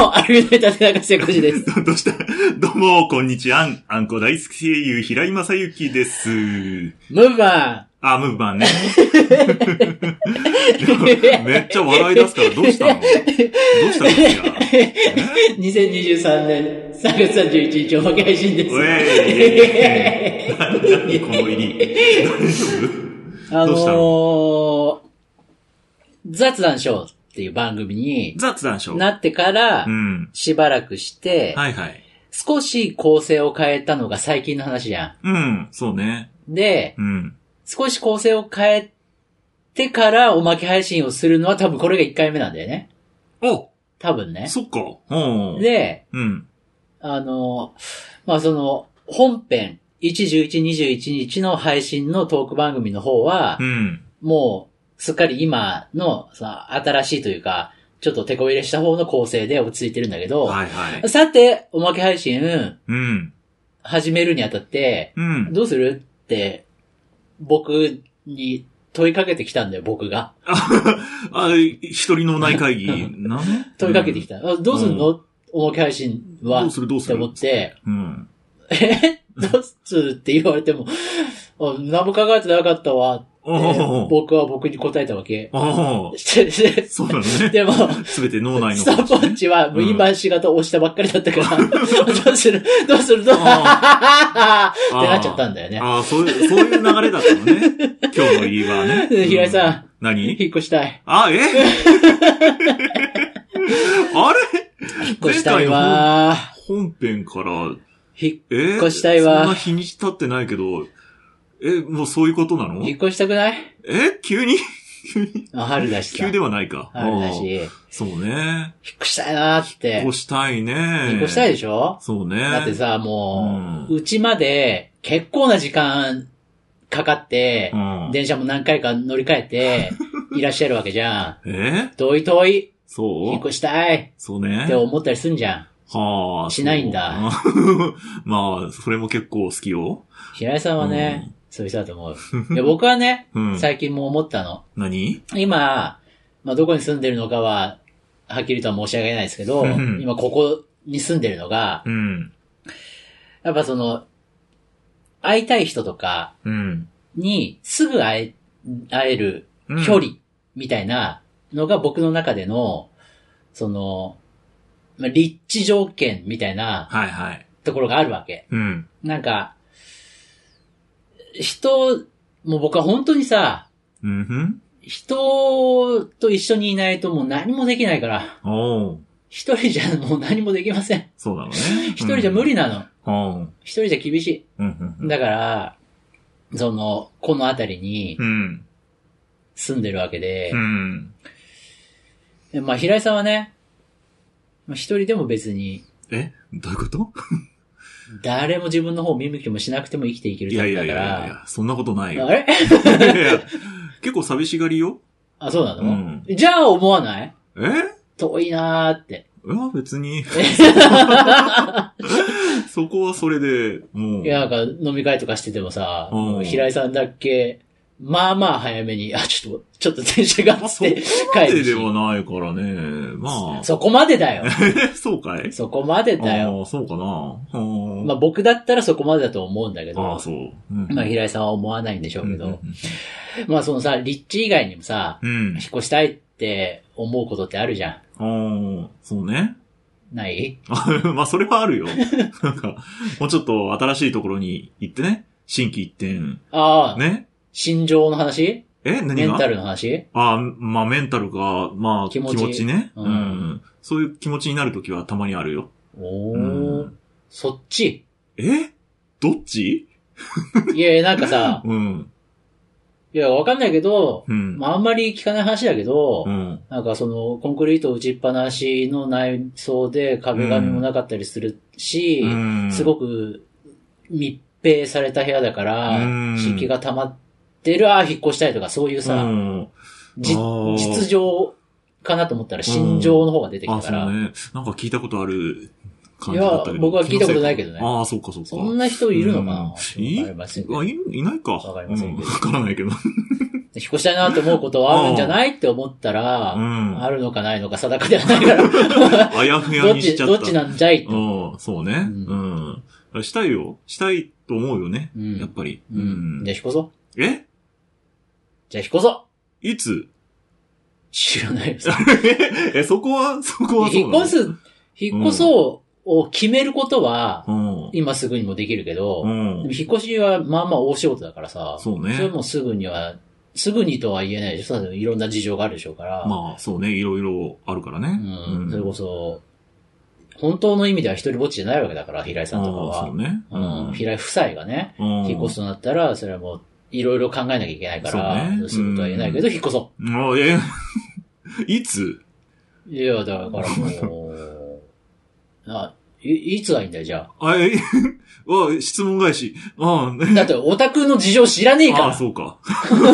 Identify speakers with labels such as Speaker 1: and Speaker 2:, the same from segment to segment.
Speaker 1: も、アルミの板で中瀬浩二です。
Speaker 2: どうしたどうも、こんにちは。あんこ大好き声優、平井正幸です。
Speaker 1: ムーバ
Speaker 2: ームーバーね。めっちゃ笑い出すからどうしたのどうしたのかしら
Speaker 1: 2023年3月31日おまけ配信です。
Speaker 2: 何この入り。大丈夫どうしたの
Speaker 1: 雑談ショーっていう番組に
Speaker 2: 雑談ショー
Speaker 1: なってからしばらくして、
Speaker 2: はいはい。
Speaker 1: 少し構成を変えたのが最近の話じゃ
Speaker 2: ん。そうね。
Speaker 1: で、少し構成を変えてからおまけ配信をするのは多分これが1回目なんだよね。
Speaker 2: お
Speaker 1: 多分ね。
Speaker 2: そっか。
Speaker 1: で、本編、1、11、21日の配信のトーク番組の方は、もう、すっかり今の、新しいというか、ちょっと手こ入れした方の構成で落ち着いてるんだけど、さて、おまけ配信、始めるにあたって、どうするって、僕に問いかけてきたんだよ、僕が。
Speaker 2: 一人の内会議
Speaker 1: 問いかけてきた。どうするの、おまけ配信は。
Speaker 2: どうする
Speaker 1: って思って、どうするって言われても、何も考えてなかったわ。僕は僕に答えたわけ。
Speaker 2: そうなのね。
Speaker 1: でも、
Speaker 2: すべて脳内の。
Speaker 1: ストップウォッチは、今仕事押したばっかりだったから、どうするってなっちゃったんだよね。
Speaker 2: そういう流れだったのね。今日の言い場はね。
Speaker 1: 平井さん。
Speaker 2: 何
Speaker 1: 引っ越したい。
Speaker 2: あれ
Speaker 1: 引っ越したいわ。
Speaker 2: 本編から、
Speaker 1: 引っ越したいわ。
Speaker 2: そんな日にち経ってないけど、もうそういうことなの？
Speaker 1: 引っ越したくない？
Speaker 2: 急に
Speaker 1: 春だしさ。
Speaker 2: 急ではないか。
Speaker 1: 春だし。
Speaker 2: そうね。
Speaker 1: 引っ越したいなーって。
Speaker 2: 引っ越したいね。
Speaker 1: 引っ越したいでしょ？
Speaker 2: そうね。
Speaker 1: だってさ、もう、うちまで結構な時間かかって、電車も何回か乗り換えて、いらっしゃるわけじゃん。遠い。
Speaker 2: そう
Speaker 1: 引っ越したい。そうね。って思ったりすんじゃん。しないんだ。
Speaker 2: まあ、それも結構好きよ。
Speaker 1: 平井さんはね、そういう人だと思う。いや僕はね、最近も思ったの。
Speaker 2: 何？
Speaker 1: 今、どこに住んでるのかは、はっきりとは申し上げないですけど、今ここに住んでるのが、やっぱ会いたい人とかにすぐ会える距離みたいなのが僕の中での、立地条件みたいなところがあるわけ。なんか、もう僕は本当にさ、人と一緒にいないともう何もできないから。一人じゃもう何もできません。
Speaker 2: そうなのね。
Speaker 1: 一人じゃ無理なの。一人じゃ厳しい。だから、この辺りに住んでるわけで、まあ平井さんはね、一人でも別に。
Speaker 2: どういうこと
Speaker 1: 誰も自分の方を見向きもしなくても生きていけるタイプだから。い
Speaker 2: や、そんなことないよ。
Speaker 1: あれ
Speaker 2: 結構寂しがりよ。
Speaker 1: あ、そうなの？じゃあ思わない？遠いなーって。
Speaker 2: 別に。そこはそれで、もう。
Speaker 1: いや、なんか飲み会とかしててもさ、平井さんだっけ、まあまあ早めに、ちょっと電車があって帰るし。
Speaker 2: そこまでではないからね。まあ。
Speaker 1: そこまでだよ。
Speaker 2: そうかい？
Speaker 1: そこまでだよ。
Speaker 2: そうかな。
Speaker 1: まあ僕だったらそこまでだと思うんだけど。
Speaker 2: そう。
Speaker 1: まあ平井さんは思わないんでしょうけど。まあ立地以外にもさ、引っ越したいって思うことってあるじゃん。
Speaker 2: そうね。
Speaker 1: ない？
Speaker 2: まあそれはあるよ。なんか、もうちょっと新しいところに行ってね。心機一転。ね。
Speaker 1: 心情の話？
Speaker 2: 何が？
Speaker 1: メンタルの話？
Speaker 2: まあメンタルか、まあ気持ちね。そういう気持ちになるときはたまにあるよ。そっち？どっち？
Speaker 1: いや、なんかさ、いや、わかんないけど、まああんまり聞かない話だけど、なんかコンクリート打ちっぱなしの内装で壁紙もなかったりするし、すごく密閉された部屋だから、湿気が溜まってる、引っ越したいとかそういうさ、実情かなと思ったら心情の方が出てきたから。
Speaker 2: そうね。なんか聞いたことある感じだったけど。
Speaker 1: いや、僕は聞いたことないけどね。
Speaker 2: そうか。
Speaker 1: そんな人いるのかな？
Speaker 2: いないか。
Speaker 1: わかりませんけど。
Speaker 2: わからないけど。
Speaker 1: 引っ越したいなって思うことはあるんじゃないって思ったら、あるのかないのか定かではないから。
Speaker 2: あやふやにしちゃった。
Speaker 1: どっちなんじゃい
Speaker 2: と。そうね。したいよ。したいと思うよね。やっぱり。
Speaker 1: じゃあ引っ越そう。
Speaker 2: じゃあ
Speaker 1: 引っ越そう。
Speaker 2: いつ
Speaker 1: 知らないよ。
Speaker 2: そこはそうなの？
Speaker 1: 引っ越そうを決めることは、今すぐにもできるけど、引っ越しはまあまあ大仕事だからさ、
Speaker 2: そうね。
Speaker 1: それもすぐにとは言えないでしょ。いろんな事情があるでしょうから。
Speaker 2: まあ、そうね。いろいろあるからね。
Speaker 1: それこそ、本当の意味では一人ぼっちじゃないわけだから、平井さんとかは。
Speaker 2: そうね。
Speaker 1: 平井夫妻がね、引っ越すとなったら、それはもう、いろいろ考えなきゃいけないから、すぐとは言えないけど、引っ越そう。
Speaker 2: いつ？
Speaker 1: いや、だからもう、いつはいいんだよ、じゃあ。
Speaker 2: 質問返し。
Speaker 1: だって、オタクの事情知らねえから。
Speaker 2: そうか。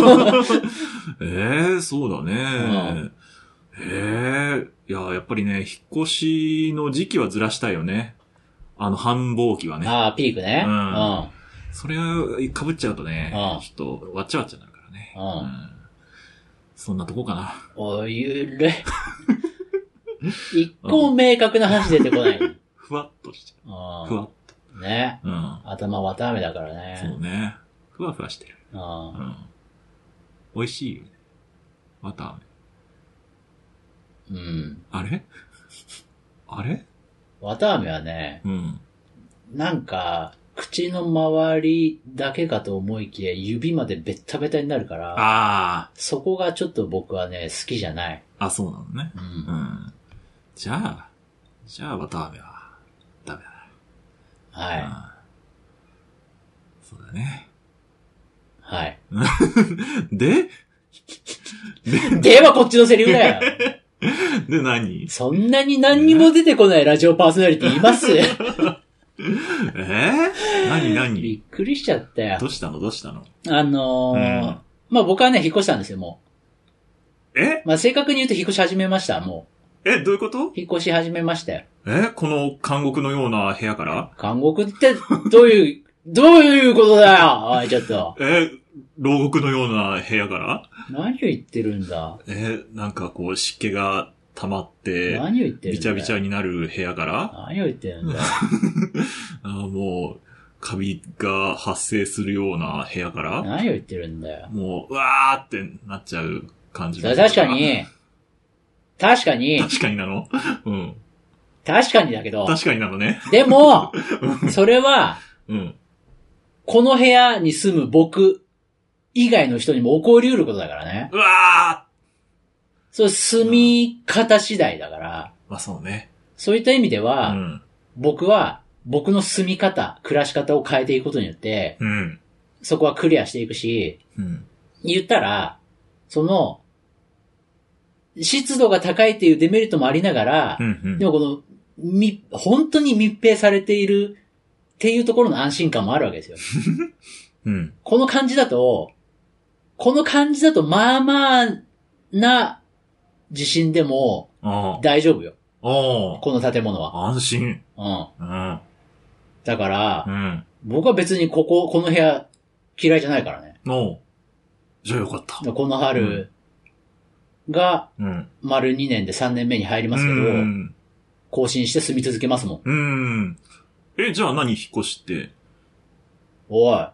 Speaker 2: そうだね。いや、やっぱりね、引っ越しの時期はずらしたいよね。繁忙期はね。
Speaker 1: ピークね。
Speaker 2: それ被っちゃうとね、ちょっと、わっちゃわっちゃになるからね。そんなとこかな。
Speaker 1: ゆるい。一個明確な話出てこない。
Speaker 2: ふわっとしちゃう。ふわっと。
Speaker 1: ね。頭わたあめだからね。
Speaker 2: そうね。ふわふわしてる。美味しいよね。わたあめ。あれ
Speaker 1: わたあめはね、なんか、口の周りだけかと思いきや指までベッタベタになるから、そこがちょっと僕はね、好きじゃない。
Speaker 2: そうなのね。じゃあ、わたあめは、ダメだ。
Speaker 1: はい。
Speaker 2: そうだね。
Speaker 1: はい。
Speaker 2: で
Speaker 1: はこっちのセリフだよ。
Speaker 2: で何？
Speaker 1: そんなに何にも出てこないラジオパーソナリティいます？
Speaker 2: 何
Speaker 1: びっくりしちゃったよ。
Speaker 2: どうしたの
Speaker 1: まあ僕はね、引っ越したんですよ、も
Speaker 2: う。
Speaker 1: まあ正確に言うと引っ越し始めました、も
Speaker 2: う。どういうこと？
Speaker 1: 引っ越し始めましたよ。
Speaker 2: この監獄のような部屋から？
Speaker 1: 監獄ってどういうことだよおい、ちょっと。
Speaker 2: 牢獄のような部屋から？
Speaker 1: 何を言ってるんだ？
Speaker 2: なんかこう湿気が溜まって、
Speaker 1: 何を言ってるんだ？
Speaker 2: びちゃびちゃになる部屋から？
Speaker 1: 何を言ってるんだ？
Speaker 2: もう、カビが発生するような部屋から？
Speaker 1: 何を言ってるんだよ。
Speaker 2: もう、うわーってなっちゃう感じ。
Speaker 1: 確かに
Speaker 2: なの？
Speaker 1: 確かにだけど。
Speaker 2: 確かになのね。
Speaker 1: でも、それは、この部屋に住む僕以外の人にも起こり得ることだからね。
Speaker 2: うわー！
Speaker 1: そう、住み方次第だから。
Speaker 2: まあそうね。
Speaker 1: そういった意味では、僕は、僕の住み方、暮らし方を変えていくことによって、そこはクリアしていくし、言ったら、湿度が高いっていうデメリットもありながら、でもこの、本当に密閉されているっていうところの安心感もあるわけですよ。この感じだと、まあまあな地震でも大丈夫よ。この建物は。
Speaker 2: 安心。
Speaker 1: だから、僕は別にこの部屋嫌いじゃないからね。
Speaker 2: じゃあよかった。
Speaker 1: この春が、丸2年で3年目に入りますけど、更新して住み続けますもん。
Speaker 2: じゃあ何引っ越しって。
Speaker 1: おい。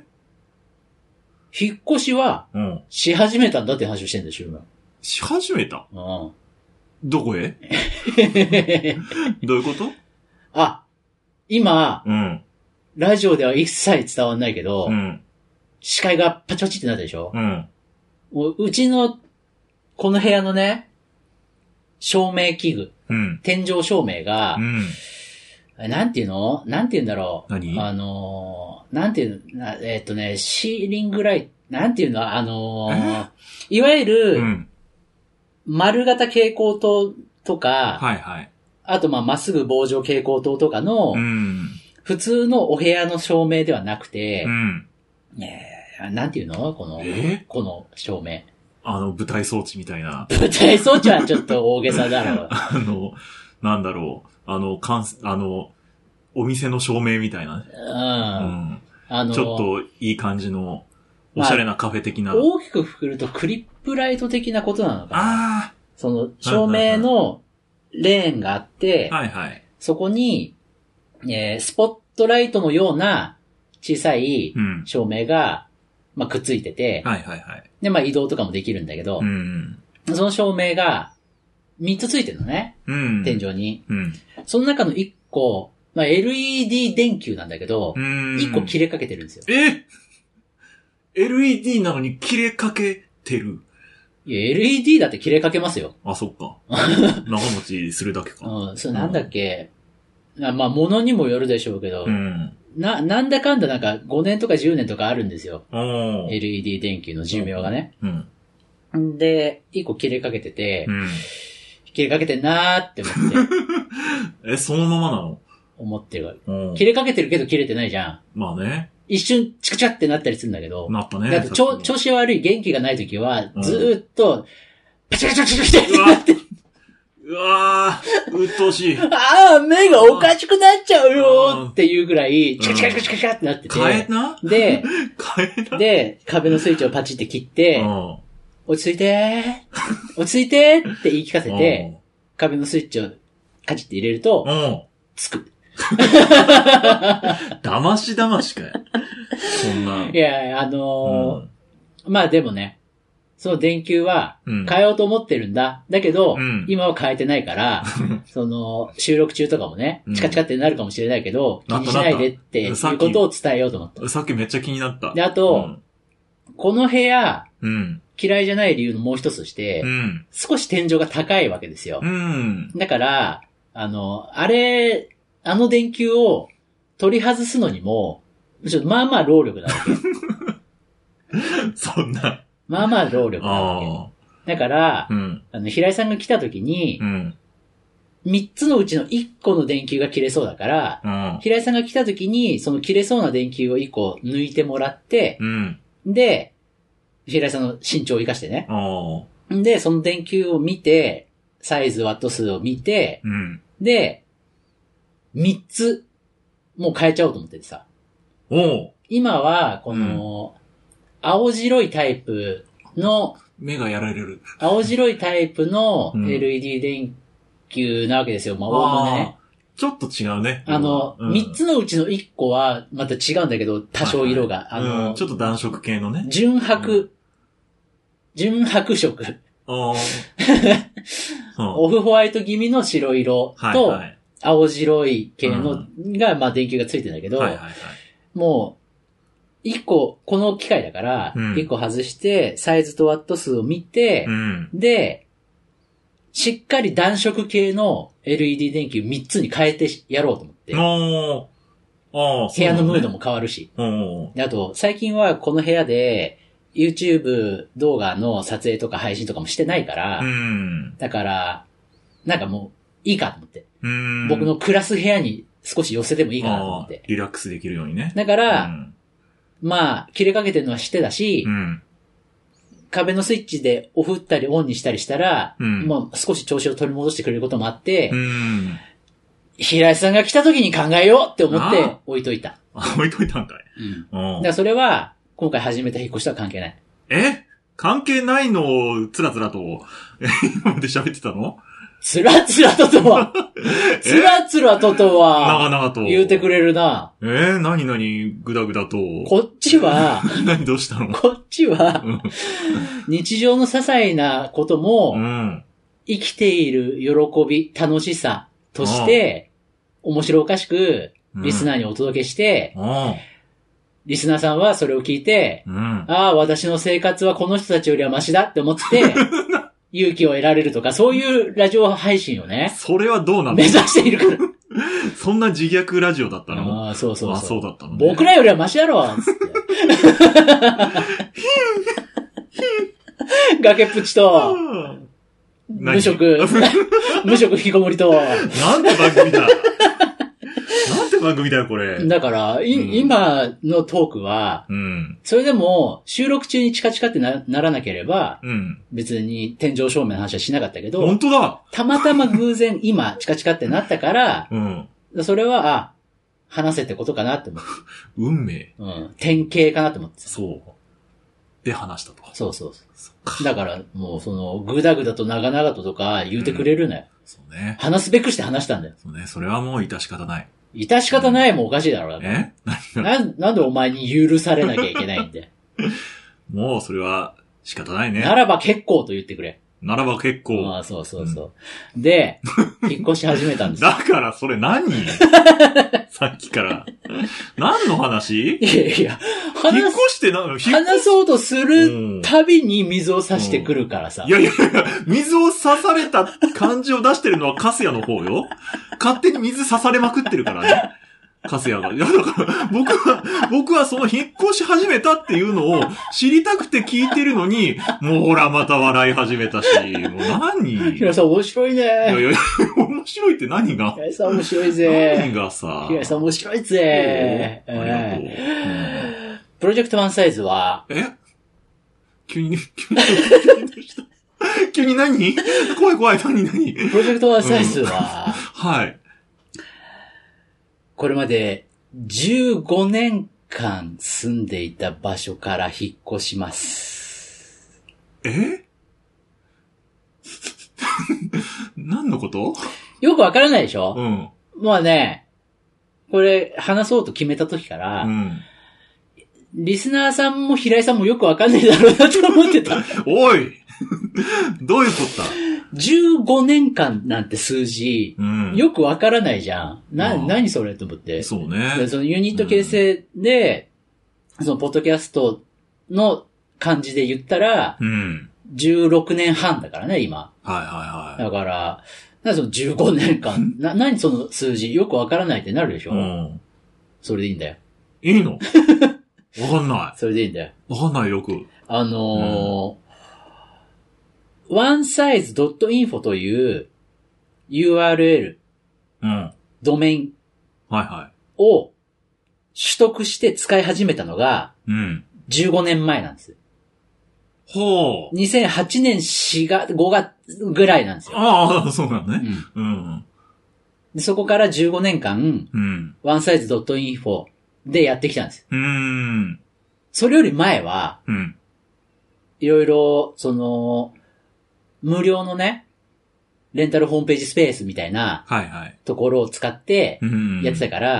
Speaker 1: 引っ越しは、し始めたんだって話をしてんだよ、今。
Speaker 2: し始めた？どこへ？どういうこと？
Speaker 1: 今、ラジオでは一切伝わんないけど、視界がパチパチってなったでしょ？うちの、この部屋のね、照明器具、天井照明が、なんていうんだろう。
Speaker 2: 何？
Speaker 1: なんていうの、シーリングライト、なんていうの、いわゆる、丸型蛍光灯とか、あとまっすぐ棒状蛍光灯とかの、普通のお部屋の照明ではなくて、なんていうのこの照明。
Speaker 2: 舞台装置みたいな。
Speaker 1: 舞台装置はちょっと大げさだろう。
Speaker 2: なんだろう。お店の照明みたいなね。ちょっといい感じのおしゃれなカフェ的な。
Speaker 1: 大きくくくるとクリップライト的なことなのかな。その、照明のレーンがあって、
Speaker 2: はいはい。
Speaker 1: そこに、スポットライトのような小さい照明が、まあ、くっついてて、
Speaker 2: はいはいはい。
Speaker 1: で、まあ、移動とかもできるんだけど、その照明が3つついてるのね。天井に。その中の1個、まあ、LED 電球なんだけど、1個切れかけてるんですよ。
Speaker 2: LED なのに切れかけてる。
Speaker 1: いや、LED だって切れかけますよ。
Speaker 2: あ、そっか。長持ちするだけか。
Speaker 1: それなんだっけ。まあ、物にもよるでしょうけど、なんだかんだなんか5年とか10年とかあるんですよ。LED 電球の寿命がね。で、1個切れかけてて、切れかけてんなーって思って。
Speaker 2: そのままなの？
Speaker 1: 思ってる。切れかけてるけど切れてないじゃん。
Speaker 2: まあね。
Speaker 1: 一瞬チクチャってなったりするんだけど。
Speaker 2: なったね。
Speaker 1: だって調子悪い元気がない時は、ずーっと、パチパチパチパチってなって。
Speaker 2: うわー、うっとうしい。
Speaker 1: ああ、目がおかしくなっちゃうよっていうぐらい、チカチカチカチカチカってなってて。で、壁のスイッチをパチって切って、落ち着いてー、落ち着いてーって言い聞かせて、壁のスイッチをカチって入れると、つく。
Speaker 2: 騙し騙しかよ。そんな。
Speaker 1: いや、まあでもね、その電球は変えようと思ってるんだ。だけど、今は変えてないから、その収録中とかもね、チカチカってなるかもしれないけど、気にしないでっていうことを伝えようと思った。
Speaker 2: さっきめっちゃ気になった。
Speaker 1: で、あと、この部屋、嫌いじゃない理由のもう一つとして、少し天井が高いわけですよ。だから、あの電球を取り外すのにも、まあまあ労力なわけ。
Speaker 2: そんな。
Speaker 1: まあまあ労力なわけ。だから、平井さんが来た時に、3つのうちの1個の電球が切れそうだから、平井さんが来た時に、その切れそうな電球を1個抜いてもらって、で、平井さんの身長を生かしてね。で、その電球を見て、サイズ、ワット数を見て、で、3つ、もう変えちゃおうと思っててさ。今は、この、青白いタイプの、
Speaker 2: 目がやられる。
Speaker 1: 青白いタイプの LED 電球なわけですよ。まあ、おおむねね。
Speaker 2: ちょっと違うね。
Speaker 1: 3つのうちの1個はまた違うんだけど、多少色が。
Speaker 2: ちょっと暖色系のね。
Speaker 1: 純白色。オフホワイト気味の白色と、青白い系のが、まあ電球がついてんだけど、もう、1個、この機械だから、1個外して、サイズとワット数を見て、で、しっかり暖色系の LED 電球3つに変えてやろうと思って。部屋のムードも変わるし。であと、最近はこの部屋で、YouTube 動画の撮影とか配信とかもしてないから、だから、なんかもう、いいかと思って。僕の暮らす部屋に少し寄せてもいいかなと思って。
Speaker 2: リラックスできるようにね。
Speaker 1: だから、まあ、切れかけてるのは知ってたし、壁のスイッチでオフったりオンにしたりしたら、まあ少し調子を取り戻してくれることもあって、平井さんが来た時に考えようって思って置いといた。
Speaker 2: 置いといたんかい。
Speaker 1: だからそれは、今回始めた引っ越しとは関係ない。
Speaker 2: 関係ないのをつらつらと、今まで喋ってたの？
Speaker 1: つらつらとは、つらつらと
Speaker 2: 長々と。
Speaker 1: 言うてくれるな。
Speaker 2: 何ぐだぐだと。
Speaker 1: こっちは、
Speaker 2: 何どうしたの？
Speaker 1: こっちは、日常の些細なことも、生きている喜び、楽しさとして、面白おかしく、リスナーにお届けして、リスナーさんはそれを聞いて、ああ、私の生活はこの人たちよりはマシだって思って、勇気を得られるとか、そういうラジオ配信をね。
Speaker 2: それはどうなの？
Speaker 1: 目指しているから。
Speaker 2: そんな自虐ラジオだったの？
Speaker 1: そうそうそう。
Speaker 2: そうだったのね。
Speaker 1: 僕らよりはマシだろつって。崖っぷちと、無職引きこもりと。
Speaker 2: なんて番組だなんて番組だよ、これ。
Speaker 1: だから、今のトークは、それでも、収録中にチカチカってならなければ、別に天井照明の話はしなかったけど、
Speaker 2: 本当だ。
Speaker 1: たまたま偶然今、チカチカってなったから、それは、話せってことかなって思って。
Speaker 2: 運命。
Speaker 1: 典型かなって思って。
Speaker 2: そう。 で話したと。
Speaker 1: そうそうそう。だから、もうぐだぐだと長々とか言うてくれるのよ。
Speaker 2: そうね。
Speaker 1: 話すべくして話したんだよ。
Speaker 2: そうね。それはもう致し方ない。
Speaker 1: 致し方ないもおかしいだろうな。なんでお前に許されなきゃいけないんで。
Speaker 2: もうそれは仕方ないね。
Speaker 1: ならば結構と言ってくれ。
Speaker 2: ならば結構。
Speaker 1: ああ、そうそうそう。で、引っ越し始めたんですよ。
Speaker 2: だからそれ何さっきから。何の話？
Speaker 1: いやいや、
Speaker 2: 引っ越して
Speaker 1: 話そうとするたびに水を差してくるからさ。
Speaker 2: いやいやいや、水を差された感じを出してるのはカスヤの方よ。勝手に水差されまくってるからね。カスヤが。いや、だから僕はその引っ越し始めたっていうのを知りたくて聞いてるのに、もうほらまた笑い始めたし、もう何？
Speaker 1: 平井さん面白いね。いや
Speaker 2: いや、面白いって何が？
Speaker 1: 平井さん面白いぜ。
Speaker 2: 何がさ。
Speaker 1: 平井さん面白いぜ。
Speaker 2: ありがとう。
Speaker 1: プロジェクトワンサイズは、
Speaker 2: 急に何？怖い、何？
Speaker 1: プロジェクトワンサイズは、
Speaker 2: はい。
Speaker 1: これまで15年間住んでいた場所から引っ越します。
Speaker 2: 何のこと？
Speaker 1: よくわからないでしょ？
Speaker 2: うん。
Speaker 1: まあね、これ話そうと決めた時から、うん、リスナーさんも平井さんもよくわかんないだろうなと思ってた。
Speaker 2: おいどういうことだ
Speaker 1: ？15年間なんて数字、うん、よくわからないじゃん。何それと思って。
Speaker 2: そうね。
Speaker 1: そのユニット形成で、そのポッドキャストの感じで言ったら、うん、16年半だからね、今。
Speaker 2: はい。
Speaker 1: だから、その15年間、何その数字よくわからないってなるでしょ？うん。それでいいんだよ。
Speaker 2: いいの？わかんない。
Speaker 1: それでいいんだよ。
Speaker 2: わかんないよく。
Speaker 1: onesize.info という URL、
Speaker 2: うん、
Speaker 1: ドメインを取得して使い始めたのが15年前なんです。
Speaker 2: ほう。
Speaker 1: 2008年5月ぐらいなんですよ。
Speaker 2: ああ、そうなのね。うん。
Speaker 1: でそこから15年間、onesize.info でやってきたんです。それより前は、いろいろ、無料のね、レンタルホームページスペースみたいな、ところを使ってやってたから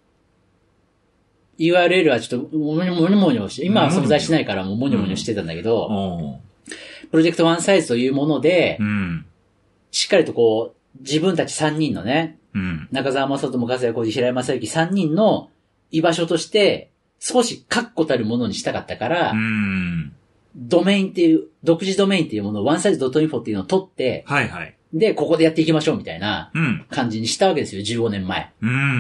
Speaker 1: 、URL はちょっともにょして、今は存在しないからもうもにょしてたんだけど、プロジェクトワンサイズというもので、しっかりと自分たち3人のね、中澤正人も笠谷浩二、平井正幸3人の居場所として、少し確固たるものにしたかったから、ドメインっていう、独自ドメインっていうものを onesize.info っていうのを取って、で、ここでやっていきましょうみたいな感じにしたわけですよ、15年前。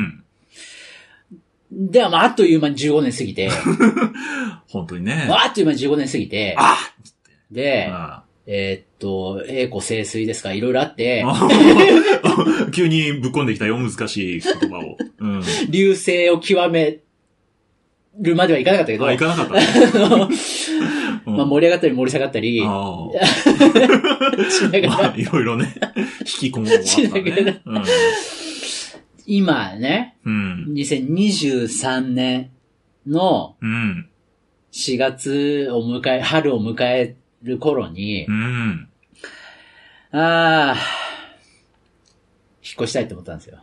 Speaker 1: では、あっという間に15年過ぎて。
Speaker 2: 本当にね。
Speaker 1: あっという間に15年過ぎて。で、栄枯盛衰ですか、いろいろあって。
Speaker 2: 急にぶっ込んできたよ、難しい言葉を。
Speaker 1: 流星を極めるまではいかなかったけど。
Speaker 2: いかなかったね。
Speaker 1: 盛り上がったり盛り下がったり。しながら。
Speaker 2: いろいろね。引きこもるもあったね。
Speaker 1: 今ね、2023年の4月を春を迎える頃に、引っ越したいと思ったんですよ。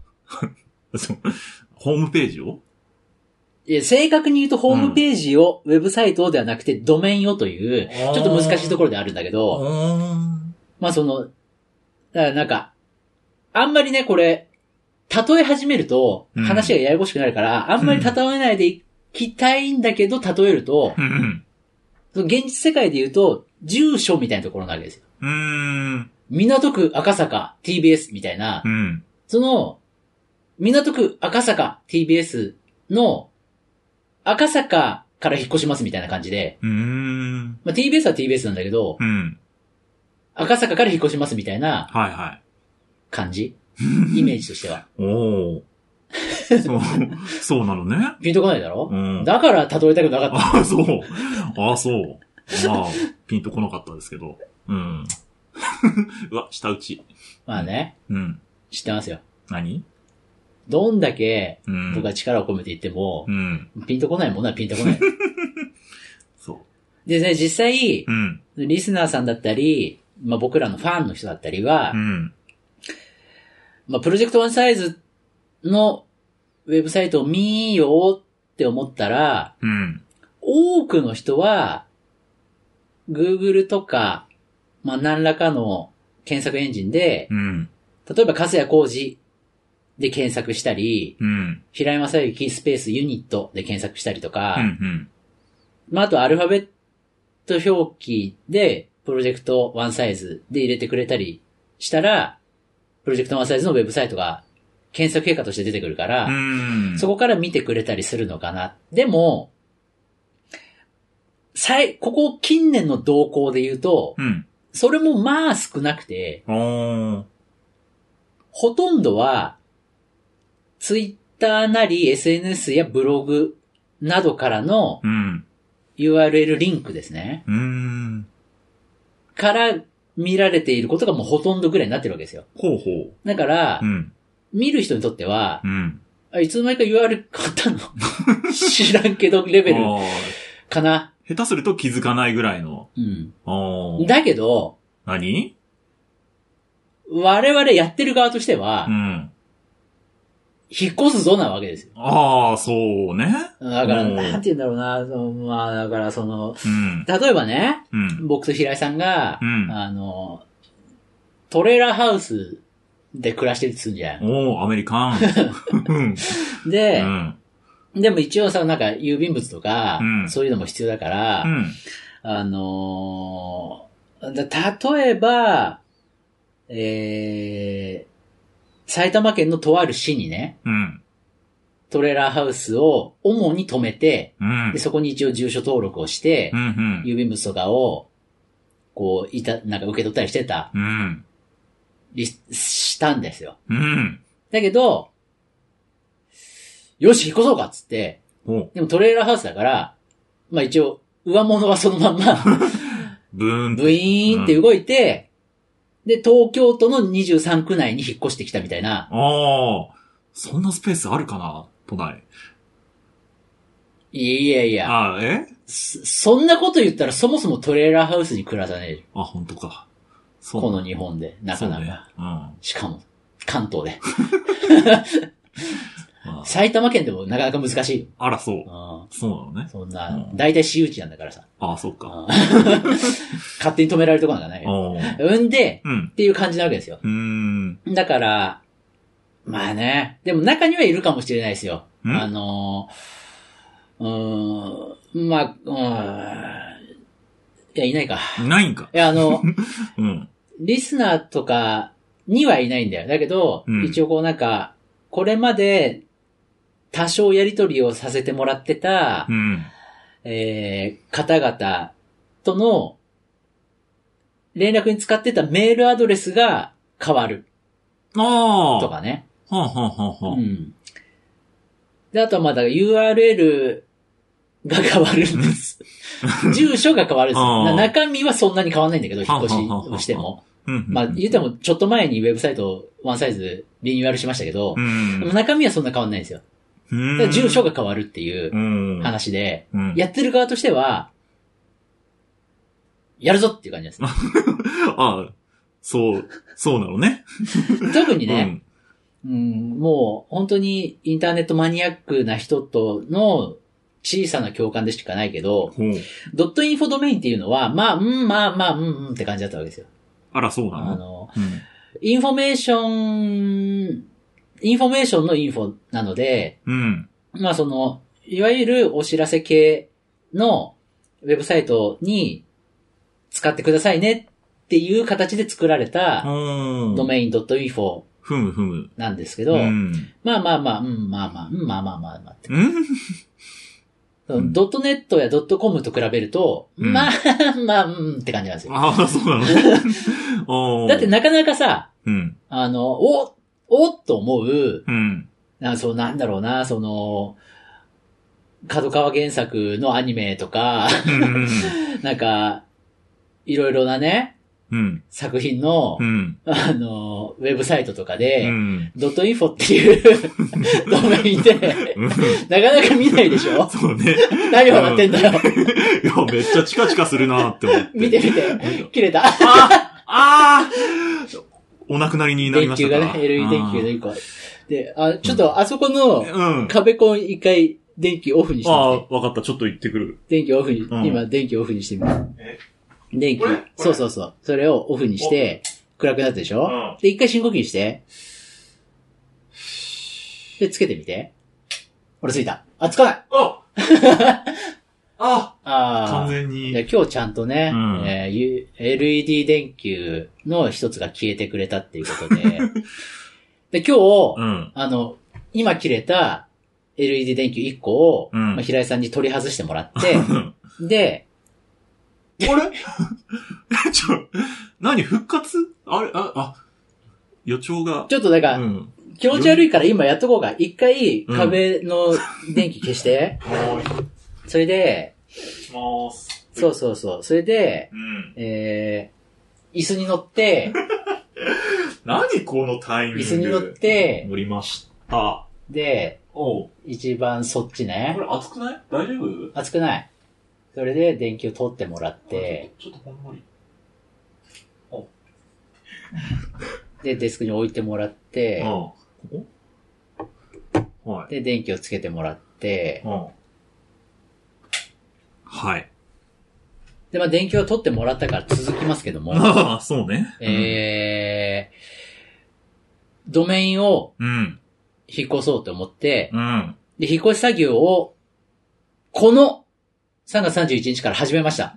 Speaker 2: ホームページを？
Speaker 1: いや、正確に言うとホームページを、ウェブサイトをではなくてドメインをという、ちょっと難しいところであるんだけど、だからなんか、あんまりね、これ、例え始めると、話がややこしくなるから、あんまり例えないでいきたいんだけど、例えると、その現実世界で言うと、住所みたいなところなわけですよ。港区赤坂 TBS みたいな、その、港区赤坂 TBS の、赤坂から引っ越しますみたいな感じで、TBS は TBS なんだけど、赤坂から引っ越しますみたいな感じ、イメージとしては。
Speaker 2: そうなのね。
Speaker 1: ピンとこないだろ？だから例えたくなかった。
Speaker 2: そう。まあ、ピンとこなかったですけど。うわ、下打ち。
Speaker 1: まあね。知ってますよ。
Speaker 2: 何？
Speaker 1: どんだけ僕が力を込めて言っても、ピンとこないものはピンとこない。
Speaker 2: そう。
Speaker 1: でね、実際、リスナーさんだったり、まあ僕らのファンの人だったりは、まあプロジェクトワンサイズのウェブサイトを見ようって思ったら、多くの人は、Google とか、まあ何らかの検索エンジンで、例えば、粕谷浩二で検索したり、平井正幸スペースユニットで検索したりとか、まあ、あとアルファベット表記で、プロジェクトワンサイズで入れてくれたりしたら、プロジェクトワンサイズのウェブサイトが検索結果として出てくるから、そこから見てくれたりするのかな。でも、ここ近年の動向で言うと、それもまあ少なくて、ほとんどは、ツイッターなり SNS やブログなどからの URL リンクですね。から見られていることがもうほとんどぐらいになってるわけですよ。だから、見る人にとっては、いつの間にか URL 変わったの知らんけどレベルかな。
Speaker 2: 下手すると気づかないぐらいの。
Speaker 1: だけど、
Speaker 2: 何？
Speaker 1: 我々やってる側としては、引っ越すぞなわけですよ。
Speaker 2: そうね。
Speaker 1: だから、なんて言うんだろうな、まあ、だから例えばね、僕と平井さんが、トレーラーハウスで暮らしてるってするんじゃん。
Speaker 2: アメリカン。
Speaker 1: で、でも一応さ、なんか郵便物とか、そういうのも必要だから、例えば、埼玉県のとある市にね、トレーラーハウスを主に止めて、でそこに一応住所登録をして、郵便物とかを、こう、なんか受け取ったりしてた、したんですよ。だけど、よし、引っ越そうかっつって、でもトレーラーハウスだから、まあ一応、上物はそのまんま、ブイーンって動いて、で、東京都の23区内に引っ越してきたみたいな。
Speaker 2: そんなスペースあるかな都内。
Speaker 1: いや。そんなこと言ったらそもそもトレーラーハウスに暮らさねえ。
Speaker 2: 本当か。
Speaker 1: この日本で、なかなか。しかも、関東で。埼玉県でもなかなか難しい。
Speaker 2: そうなのね。
Speaker 1: そんな、大体私有地なんだからさ。
Speaker 2: そっか。
Speaker 1: 勝手に止められるとこなんかないよ。で、っていう感じなわけですよ。だから、まあね、でも中にはいるかもしれないですよ。いや、いないか。
Speaker 2: ないんか。
Speaker 1: いや、リスナーとかにはいないんだよ。だけど、一応こうなんか、これまで多少やり取りをさせてもらってた、方々との連絡に使ってたメールアドレスが変わる。とかね。で、あとはまだ URL が変わるんです。住所が変わるんです。中身はそんなに変わんないんだけど、引っ越しをしても。まあ言ってもちょっと前にウェブサイトワンサイズリニューアルしましたけど、でも中身はそんな変わんないんですよ。住所が変わるっていう話で、やってる側としては、やるぞっていう感じです。
Speaker 2: そうなのね。
Speaker 1: 特にね、もう本当にインターネットマニアックな人との小さな共感でしかないけど、ドットインフォドメインっていうのは、まあ、って感じだったわけですよ。
Speaker 2: そうなの？
Speaker 1: インフォメーションのインフォなので、まあいわゆるお知らせ系のウェブサイトに使ってくださいねっていう形で作られたドメイン .info なんですけど、まあって。ドットネットやドットコムと比べると、まあって感じなんですよ。
Speaker 2: そうなのね。
Speaker 1: だってなかなかさ、おっと思う、なんだろうな、角川原作のアニメとか、なんか、いろいろなね、 作品の、
Speaker 2: うん、
Speaker 1: ウェブサイトとかで、
Speaker 2: うん、
Speaker 1: ドットインフォっていうドメインで、なかなか見ないでしょ？
Speaker 2: そうね。
Speaker 1: 何笑ってんだよ。
Speaker 2: いや、めっちゃチカチカするなって思って。
Speaker 1: 見て。切れた。
Speaker 2: お亡くなりになりましたか。
Speaker 1: 電球がね、LED 電球の1個。で、ちょっとあそこの壁コン一回電気オフにしてみて。
Speaker 2: わかった。ちょっと行ってくる。
Speaker 1: 電気オフに、今電気オフにしてみる。電気。そう。それをオフにして、暗くなったでしょ？で、一回深呼吸して。で、つけてみて。ほら、ついた。つかない
Speaker 2: 完全に。
Speaker 1: 今日ちゃんとね、LED 電球の一つが消えてくれたっていうことで、で、今日、今切れた LED 電球1個を、平井さんに取り外してもらって、で、
Speaker 2: あれ何復活予兆が。
Speaker 1: ちょっと気持ち悪いから今やっとこうか。一回壁の電気消して。それで、
Speaker 2: します。
Speaker 1: そう。それで、椅子に乗って、
Speaker 2: 何このタイミング。
Speaker 1: 椅子に乗って、
Speaker 2: 乗りました。
Speaker 1: で、一番そっちね。
Speaker 2: これ熱くない？大丈夫？
Speaker 1: 熱くない。それで電球を取ってもらって、
Speaker 2: ちょっとほんのり。
Speaker 1: で、デスクに置いてもらって、で、電気をつけてもらって、
Speaker 2: はい。
Speaker 1: で、電気を取ってもらったから続きますけども。
Speaker 2: そうね。
Speaker 1: ドメインを、引っ越そうと思って、で、引っ越し作業を、この3月31日から始めました。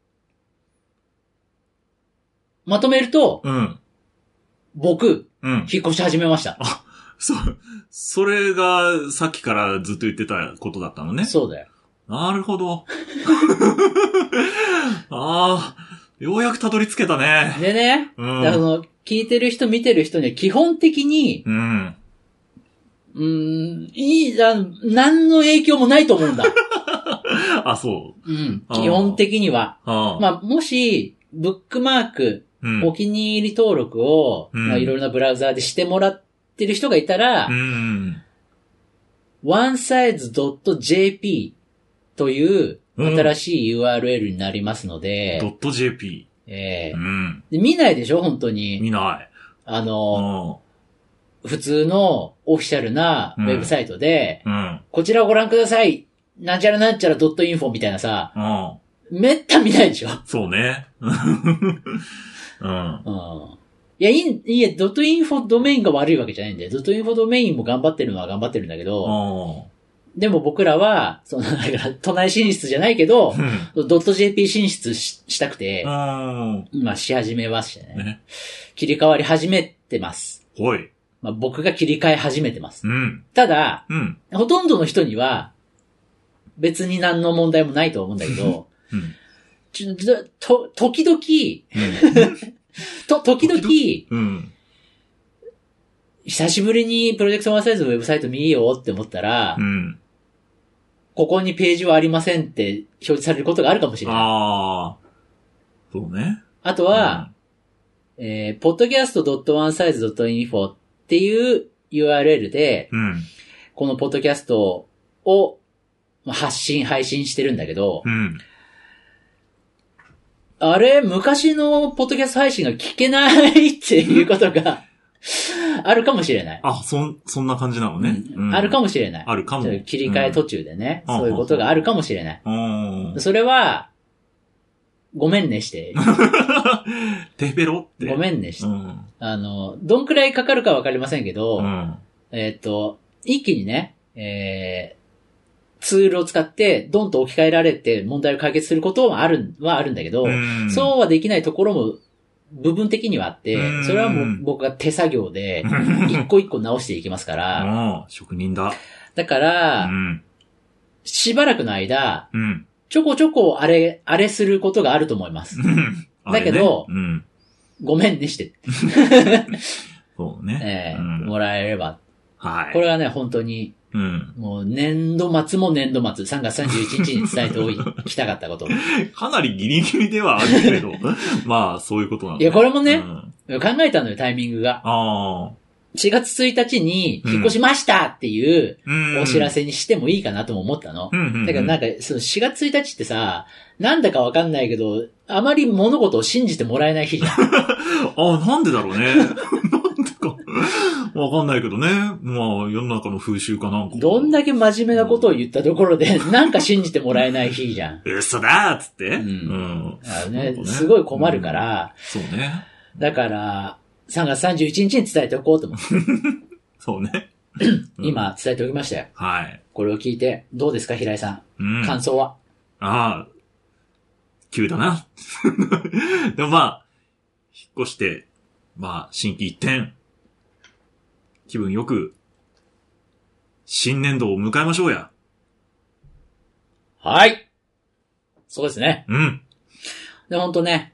Speaker 1: まとめると、僕、引っ越し始めました。
Speaker 2: それがさっきからずっと言ってたことだったのね。
Speaker 1: そうだよ。
Speaker 2: なるほど。ようやくたどり着けたね。
Speaker 1: でね、聞いてる人見てる人には基本的に、何の影響もないと思うんだ。
Speaker 2: そう。
Speaker 1: 基本的には。もし、ブックマーク、お気に入り登録を、いろいろなブラウザーでしてもらってる人がいたら、onesize.jp という新しい URL になりますので、
Speaker 2: .jp。
Speaker 1: で見ないでしょ本当に。
Speaker 2: 見ない。
Speaker 1: 普通のオフィシャルなウェブサイトで、こちらをご覧ください。なんちゃらなんちゃら .info みたいなさ、めった見ないでしょ
Speaker 2: そうね。
Speaker 1: いや、.info ドメインが悪いわけじゃないんだよ。.info ドメインも頑張ってるのは頑張ってるんだけど、でも僕らは、都内進出じゃないけど、.jp 進出したくて、今し始めましたね。切り替わり始めてます。僕が切り替え始めてます。ただ、ほとんどの人には、別に何の問題もないと思うんだけど、時々、久しぶりにプロジェクトワンサイズのウェブサイト見ようって思ったら、ここにページはありませんって表示されることがあるかもしれない。
Speaker 2: そうね。
Speaker 1: あとは、podcast.onesize.info っていう URL で、このポッドキャストを配信してるんだけど、あれ、昔のポッドキャスト配信が聞けないっていうことがあるかもしれない。
Speaker 2: そんな感じなのね。
Speaker 1: あるかもしれない。
Speaker 2: あるかも。
Speaker 1: 切り替え途中でね、そういうことがあるかもしれない。それは、ごめんねして。
Speaker 2: テヘペロって。
Speaker 1: ごめんねして。どんくらいかかるかわかりませんけど、一気にね、ツールを使ってドンと置き換えられて問題を解決することはあるんだけど、そうはできないところも部分的にはあって、それはもう僕が手作業で一個一個直していきますから。
Speaker 2: 職人だ。
Speaker 1: だから、しばらくの間、ちょこちょこあれすることがあると思います。だけど、ごめんねして。
Speaker 2: そうね。
Speaker 1: もらえれば。
Speaker 2: はい。
Speaker 1: これはね、本当に
Speaker 2: うん。
Speaker 1: もう年度末も年度末、3月31日に伝えておきたかったこと。
Speaker 2: かなりギリギリではあるけれど、まあそういうことなんだ。
Speaker 1: いや、これもね、考えたのよ、タイミングが。
Speaker 2: ああ。
Speaker 1: 4月1日に引っ越しましたっていうお知らせにしてもいいかなとも思ったの。だからなんか、その4月1日ってさ、なんだかわかんないけど、あまり物事を信じてもらえない日じゃん。
Speaker 2: あ、なんでだろうね。なんでか。わかんないけどね。まあ、世の中の風習かなんか。
Speaker 1: どんだけ真面目なことを言ったところで、なんか信じてもらえない日じゃん。
Speaker 2: 嘘だーっつって。
Speaker 1: すごい困るから。
Speaker 2: そうね。
Speaker 1: だから、3月31日に伝えておこうと思って。
Speaker 2: そうね。
Speaker 1: 今、伝えておきましたよ。
Speaker 2: はい。
Speaker 1: これを聞いて、どうですか、平井さん。感想は。
Speaker 2: ああ、急だな。でもまあ、引っ越して、まあ、心機一転。気分よく、新年度を迎えましょうや。
Speaker 1: はい。そうですね。
Speaker 2: うん。
Speaker 1: で、ほんとね、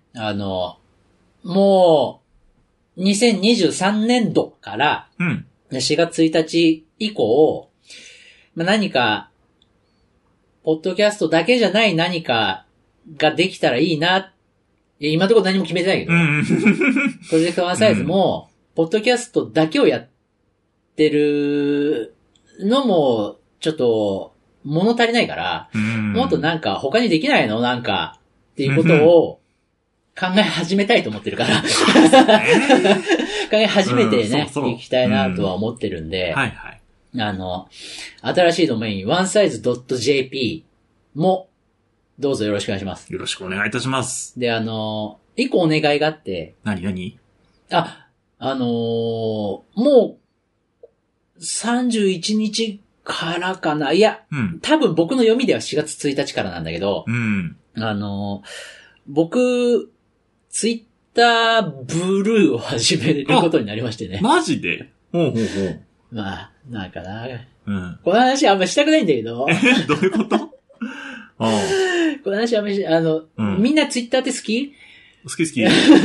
Speaker 1: もう、2023年度から、4月1日以降、何か、ポッドキャストだけじゃない何かができたらいいな。今のところ何も決めてないけど、プロジェクトワンサイズも、ポッドキャストだけをやってるのも、ちょっと、物足りないから、もっとなんか他にできないのなんか、っていうことを考え始めたいと思ってるから。考え始めてね、いきたいなとは思ってるんで、
Speaker 2: はいはい。
Speaker 1: 新しいドメイン、onesize.jp も、どうぞよろしくお願いします。
Speaker 2: よろしくお願いいたします。
Speaker 1: で、一個お願いがあって。
Speaker 2: 何
Speaker 1: もう、31日からかな。いや、多分僕の読みでは4月1日からなんだけど、僕、ツイッターブルーを始めることになりましてね。
Speaker 2: マジで？ほう。
Speaker 1: まあ、なんかな。この話あんましたくないんだけど。
Speaker 2: どういうことこ
Speaker 1: の話あんまりみんなツイッターって好き？
Speaker 2: 好き。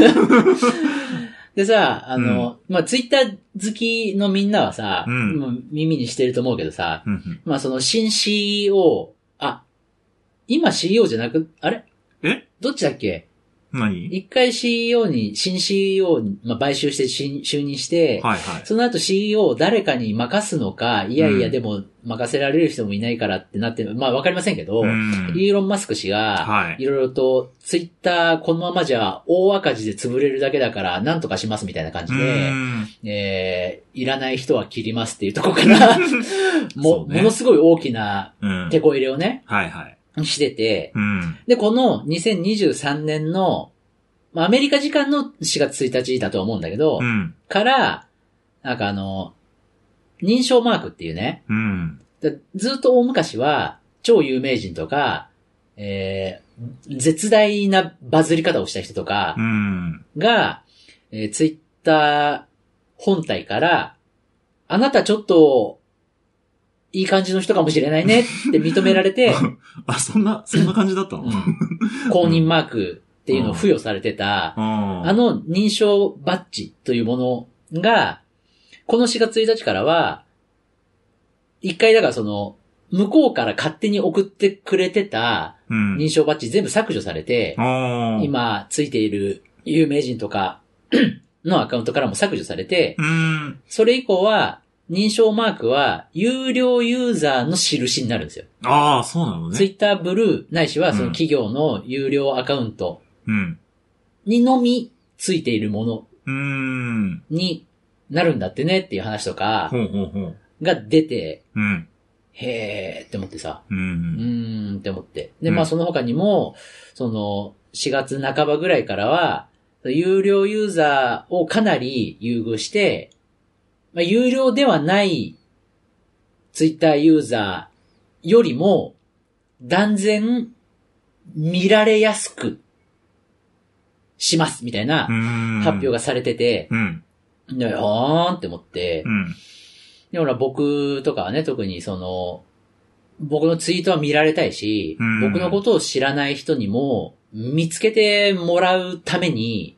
Speaker 1: でさ、ツイッター好きのみんなはさ、耳にしてると思うけどさ、その新 CEO、今 CEO じゃなく、あれ？どっちだっけ？
Speaker 2: 何？
Speaker 1: 一回 CEO に、新 CEO に、買収して就任して、その後 CEO を誰かに任すのか、いやでも任せられる人もいないからってなって、わかりませんけど、イーロン・マスク氏が、いろいろとツイッターこのままじゃ大赤字で潰れるだけだから何とかしますみたいな感じで、いらない人は切りますっていうところからものすごい大きな手こ入れをね、してて、で、この2023年の、アメリカ時間の4月1日だと思うんだけど、から、なんか認証マークっていうね、ずっと大昔は、超有名人とか、絶大なバズり方をした人とかが、ツイッター本体から、あなたちょっと、いい感じの人かもしれないねって認められて
Speaker 2: そんな感じだったの？
Speaker 1: 公認マークっていうのを付与されてた、認証バッジというものが、この4月1日からは、一回だから向こうから勝手に送ってくれてた認証バッジ全部削除されて、今ついている有名人とかのアカウントからも削除されて、それ以降は、認証マークは、有料ユーザーの印になるんですよ。
Speaker 2: そうなのね。
Speaker 1: ツイッターブルーないしは、その企業の有料アカウントにのみついているものになるんだってねっていう話とかが出て、へーって思ってさ、って思って。で、その他にも、4月半ばぐらいからは、有料ユーザーをかなり優遇して、有料ではないツイッターユーザーよりも断然見られやすくしますみたいな発表がされてて、で、はーんって思って、で、ほら僕とかはね、特に僕のツイートは見られたいし、僕のことを知らない人にも見つけてもらうために、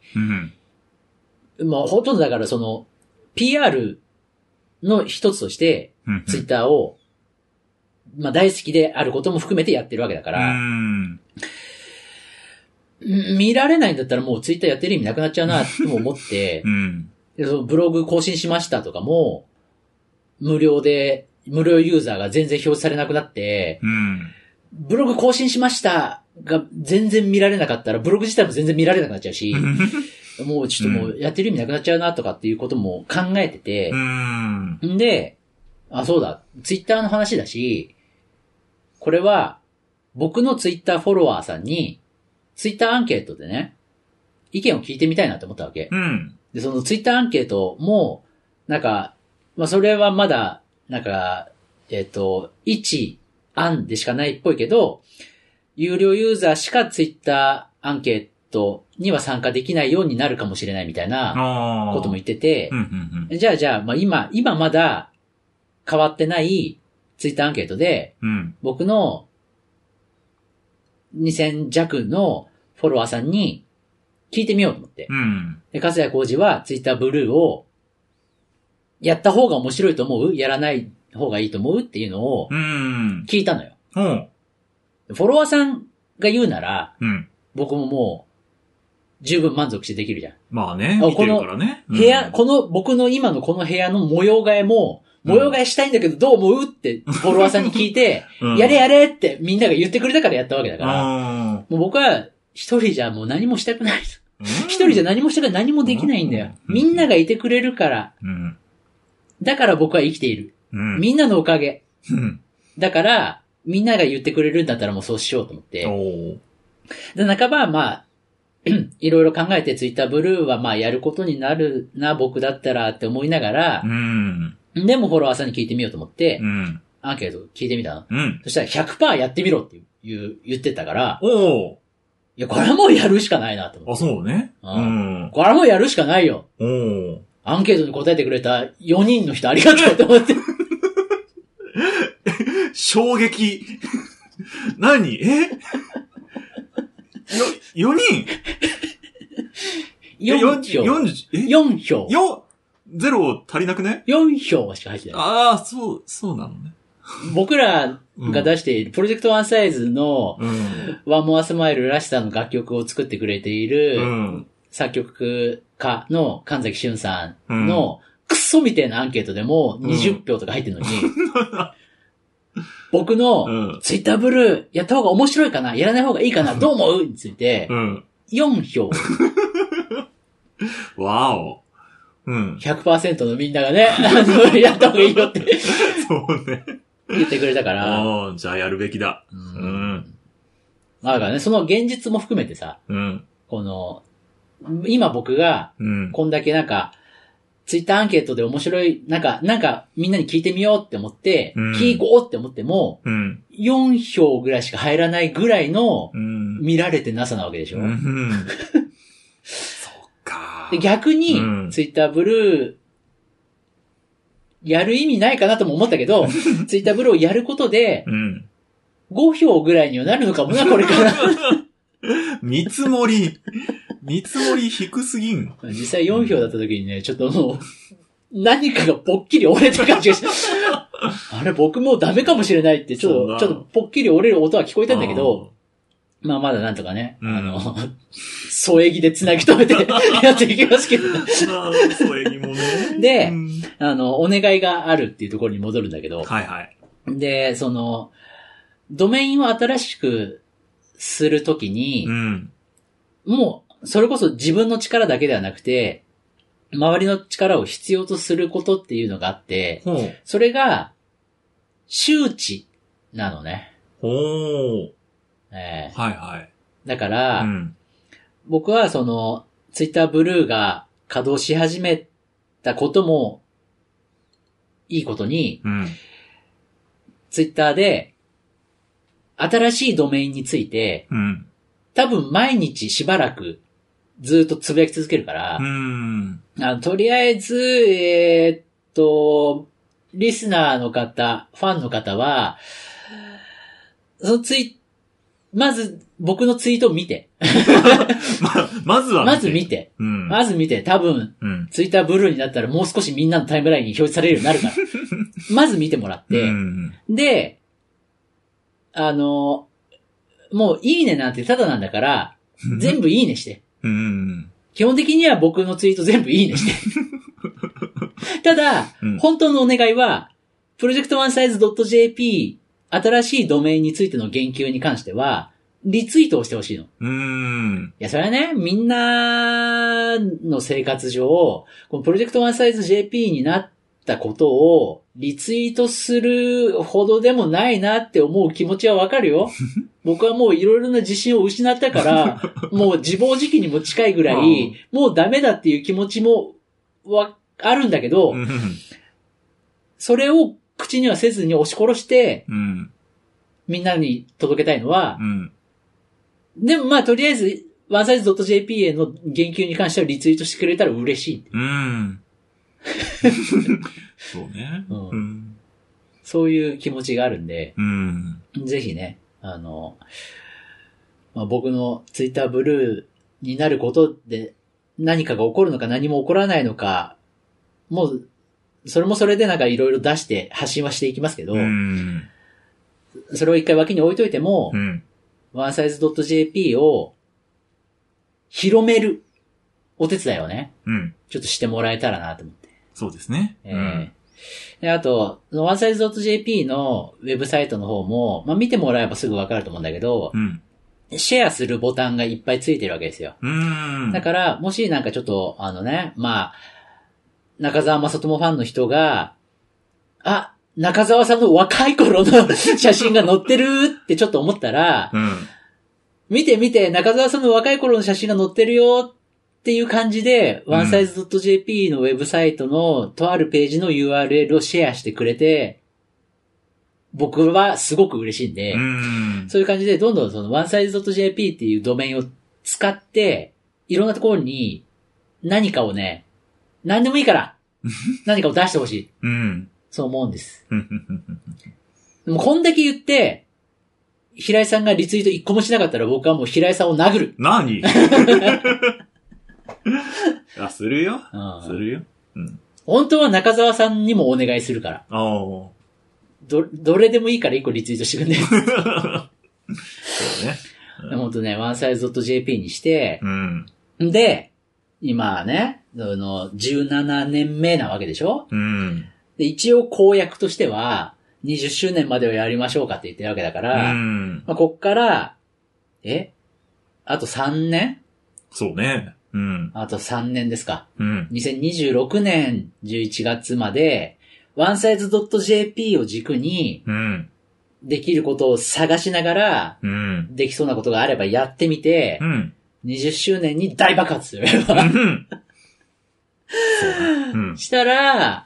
Speaker 1: ほとんどだからPRの一つとして、ツイッターをまあ大好きであることも含めてやってるわけだから、見られないんだったらもうツイッターやってる意味なくなっちゃうなとも思って、でそのブログ更新しましたとかも、無料ユーザーが全然表示されなくなって、ブログ更新しましたが全然見られなかったら、ブログ自体も全然見られなくなっちゃうし、もうちょっともうやってる意味なくなっちゃうなとかっていうことも考えてて、で、そうだ、ツイッターの話だし、これは僕のツイッターフォロワーさんに、ツイッターアンケートでね、意見を聞いてみたいなって思ったわけ。で、そのツイッターアンケートも、なんか、まあ、それはまだ、なんか、一案でしかないっぽいけど、有料ユーザーしかツイッターアンケートには参加できないようになるかもしれないみたいなことも言ってて、じゃあ、まあ、今まだ変わってないツイッターアンケートで、僕の2000弱のフォロワーさんに聞いてみようと思って。で、粕谷浩二はツイッターブルーをやった方が面白いと思う？やらない方がいいと思う？っていうのを聞いたのよ。フォロワーさんが言うなら、僕ももう十分満足してできるじゃん。
Speaker 2: まあね、見てるからね。
Speaker 1: 部屋、僕の今のこの部屋の模様替えも、模様替えしたいんだけどどう思うってフォロワーさんに聞いて、やれってみんなが言ってくれたからやったわけだから、もう僕は一人じゃもう何もしたくない。一人じゃ何もしたくない、何もできないんだよ。みんながいてくれるから。だから僕は生きている。みんなのおかげ。だから、みんなが言ってくれるんだったらもうそうしようと思って。で、半ばまあ、いろいろ考えてツイッターブルーはまあやることになるな、僕だったらって思いながら、でもフォロワーさんに聞いてみようと思って、アンケート聞いてみたの。そしたら 100% やってみろって言ってたから、いや、これはもうやるしかないなと思って。
Speaker 2: そうね。
Speaker 1: これはもうやるしかないよ。アンケートに答えてくれた4人の人ありがとうと思って。
Speaker 2: 衝撃。何4人
Speaker 1: ?4 票。
Speaker 2: 0足りなくね
Speaker 1: ?4 票しか入ってな
Speaker 2: い。そうなのね。
Speaker 1: 僕らが出している、プロジェクトワンサイズの、ワンモアスマイルらしさの楽曲を作ってくれている、作曲家の神崎俊さんの、クソみたいなアンケートでも20票とか入ってるのに、僕のツイッターブルーやった方が面白いかなやらない方がいいかなどう思うについて、4票。
Speaker 2: わお。
Speaker 1: 100% のみんながね、やった方がいいよって。
Speaker 2: そうね。
Speaker 1: 言ってくれたから。
Speaker 2: じゃあやるべきだ。
Speaker 1: だからね、その現実も含めてさ、この、今僕が、こんだけなんか、ツイッターアンケートで面白い、なんかみんなに聞いてみようって思って、聞こうって思っても、4票ぐらいしか入らないぐらいの、見られてなさなわけでしょ。
Speaker 2: そうか。
Speaker 1: で逆に、ツイッターブルー、やる意味ないかなとも思ったけど、ツイッターブルーをやることで、5票ぐらいにはなるのかもな、これから。
Speaker 2: 見積もり低すぎん。
Speaker 1: 実際4票だった時にね、ちょっともう、何かがぽっきり折れた感じがして、あれ僕もうダメかもしれないって、ちょっとぽっきり折れる音は聞こえたんだけど、まあまだなんとかね、添え木で繋ぎ止めてやっていきますけど。
Speaker 2: 添え木もね。
Speaker 1: で、お願いがあるっていうところに戻るんだけど、で、ドメインを新しくするときに、もう、それこそ自分の力だけではなくて、周りの力を必要とすることっていうのがあって、それが、周知なのね。だから、僕はツイッターブルーが稼働し始めたことも、いいことに、ツイッターで、新しいドメインについて、多分毎日しばらくずっとつぶやき続けるから、とりあえず、リスナーの方、ファンの方は、まず僕のツイートを見て。
Speaker 2: まず
Speaker 1: 見て。まず見て。多分、ツイッターブルーになったらもう少しみんなのタイムラインに表示されるようになるから。まず見てもらって、で、 もういいねなんてただなんだから、全部いいねして。基本的には僕のツイート全部いいねして。ただ、本当のお願いは、プロジェクトワンサイズ .jp 新しいドメインについての言及に関しては、リツイートをしてほしいの。いや、それはね、みんなの生活上、このプロジェクトワンサイズ JP になったことをリツイートするほどでもないなって思う気持ちはわかるよ。僕はもういろいろな自信を失ったから、もう自暴自棄にも近いぐらい、もうダメだっていう気持ちもあるんだけど、それを口にはせずに押し殺して、みんなに届けたいのは、でもまあとりあえず、ワンサイズ .jp への言及に関してはリツイートしてくれたら嬉しい。
Speaker 2: そうね、
Speaker 1: そういう気持ちがあるんで、ぜひね、まあ、僕のツイッターブルーになることで何かが起こるのか何も起こらないのか、もう、それもそれでなんかいろいろ出して発信はしていきますけど、それを一回脇に置いといても、ワンサイズ .jp を広めるお手伝いをね、ちょっとしてもらえたらなと思って。
Speaker 2: そうですね。
Speaker 1: で、あと、ワンサイズ .jp のウェブサイトの方も、まあ見てもらえばすぐわかると思うんだけど、シェアするボタンがいっぱいついてるわけですよ。だから、もしなんかちょっと、まあ、中澤正智ファンの人が、中澤さんの若い頃の写真が載ってるってちょっと思ったら、見て中澤さんの若い頃の写真が載ってるよっていう感じで、onesize.jp のウェブサイトのとあるページの URL をシェアしてくれて、僕はすごく嬉しいんで、そういう感じでどんどんその onesize.jp っていうドメインを使って、いろんなところに何かをね、何でもいいから何かを出してほしい。そう思うんです。でもこんだけ言って、平井さんがリツイート一個もしなかったら僕はもう平井さんを殴る。
Speaker 2: 何するよ。するよ。
Speaker 1: 本当は中澤さんにもお願いするから。どれでもいいから一個リツイートしてくんね。そうね。本当ね、onesize.jp にして、で、今ね、17年目なわけでしょ？で、一応公約としては、20周年までをやりましょうかって言ってるわけだから、まあ、こっから、あと3年？
Speaker 2: そうね。
Speaker 1: あと3年ですか。2026年11月まで、onesize.jp を軸に、できることを探しながら、できそうなことがあればやってみて、20周年に大爆発する。したら、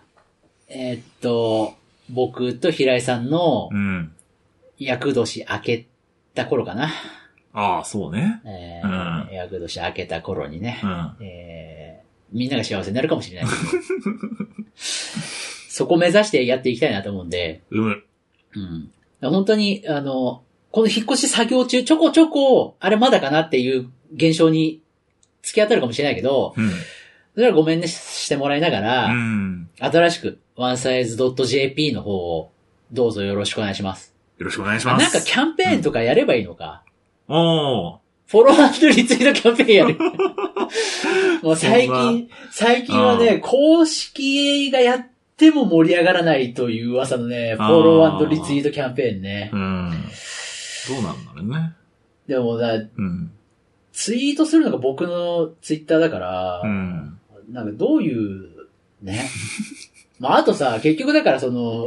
Speaker 1: 僕と平井さんの、厄年明けた頃かな。
Speaker 2: そうね。
Speaker 1: 厄年明けた頃にね、みんなが幸せになるかもしれないけど、そこ目指してやっていきたいなと思うんで、本当に、この引っ越し作業中、ちょこちょこ、あれまだかなっていう現象に突き当たるかもしれないけど、それはごめんねしてもらいながら、新しく onesize.jp の方をどうぞよろしくお願いします。
Speaker 2: よろしくお願いします。
Speaker 1: なんかキャンペーンとかやればいいのか。フォロー&リツイートキャンペーンやる。もう最近はね、公式がやっても盛り上がらないという噂のね、フォロー&リツイートキャンペーンね。
Speaker 2: どうなんだろうね。
Speaker 1: でもツイートするのが僕のツイッターだから、なんかどういう、ね。まあ、あとさ、結局だから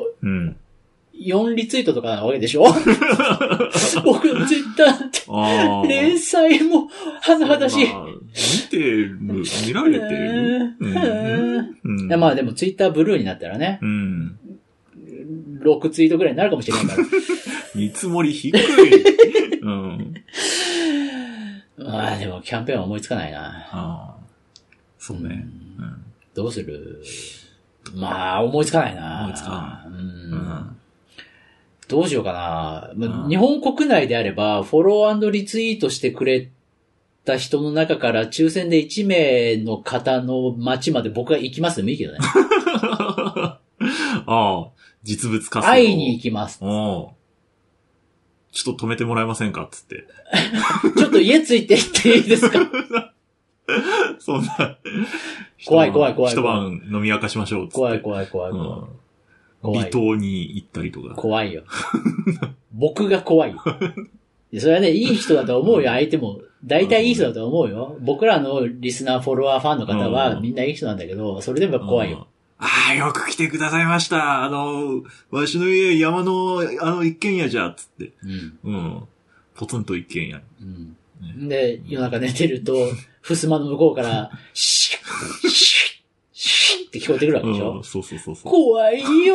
Speaker 1: 4リツイートとかなわけでしょ僕のツイッターって、連載も甚だしい。
Speaker 2: 見られてる
Speaker 1: まあでもツイッターブルーになったらね、6ツイートぐらいになるかもしれないから。
Speaker 2: 見積もり低い。
Speaker 1: まあでもキャンペーンは思いつかないな。
Speaker 2: そうね。
Speaker 1: どうする？まあ思いつかないな。
Speaker 2: 思いつかない。
Speaker 1: どうしようかな。日本国内であれば、フォロー&リツイートしてくれた人の中から抽選で1名の方の街まで僕が行きますでもいいけどね。
Speaker 2: 実物活動。
Speaker 1: 会いに行きます。
Speaker 2: ちょっと止めてもらえませんかつって。
Speaker 1: ちょっと家ついてっていいですか
Speaker 2: そんな。
Speaker 1: 怖い。
Speaker 2: 一晩飲み明かしましょうっつって。
Speaker 1: 怖い。
Speaker 2: 離島に行ったりとか。
Speaker 1: 怖いよ。僕が怖いよ。それはね、いい人だと思うよ、相手も。大体いい人だと思うよ。僕らのリスナー、フォロワー、ファンの方はみんないい人なんだけど、それでも怖いよ。
Speaker 2: ああ、よく来てくださいました。わしの家山の一軒家じゃ、つって。ポツンと一軒家。
Speaker 1: で、夜中寝てると、襖の向こうから、シュッ、シュッ、シュッって聞こえてくるわけでしょ。
Speaker 2: そう。
Speaker 1: 怖いよー。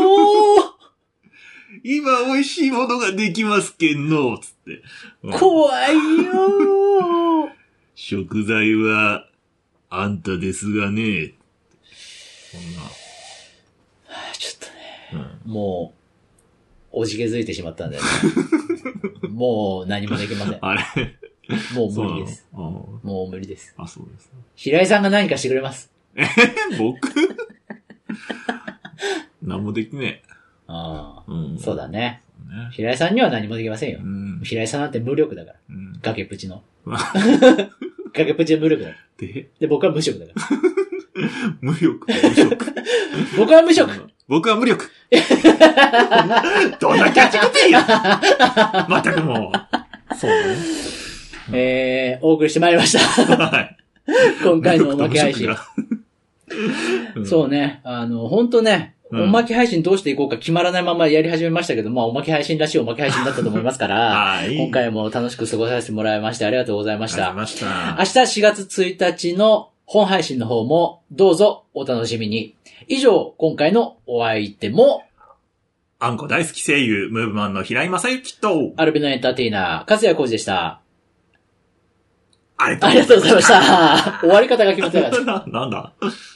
Speaker 2: 今美味しいものができますけんの、つって。
Speaker 1: 怖いよー。
Speaker 2: 食材は、あんたですがね。そんな。
Speaker 1: ちょっとね、もう、おじけづいてしまったんだよね。もう何もできません。
Speaker 2: あれ
Speaker 1: もう無理です。もう無理です。
Speaker 2: あ、そうです。
Speaker 1: 平井さんが何かしてくれます。
Speaker 2: 僕何もできねえ。
Speaker 1: そうだね。平井さんには何もできませんよ。平井さんなんて無力だから。崖っぷちの。崖っぷちは無力だから。で、僕は無職だから。
Speaker 2: 無力。
Speaker 1: 僕は無職。
Speaker 2: 僕は無力。どんなキャッチコピーやまったくもう。そう
Speaker 1: ね。お送りしてまいりました。はい。今回のおまけ配信。そうね。ほんとね、おまけ配信どうしていこうか決まらないままやり始めましたけど、まあおまけ配信らしいおまけ配信だったと思いますから、今回も楽しく過ごさせてもらいましてありがとうございました。明日4月1日の本配信の方もどうぞお楽しみに。以上、今回のお相手も、
Speaker 2: あんこ大好き声優、ムーブマンの平井正幸と、
Speaker 1: アルビノエンターテイナー、和也浩二でした。
Speaker 2: ありがとうございました。
Speaker 1: 終わり方が決まってなかった。
Speaker 2: なんだ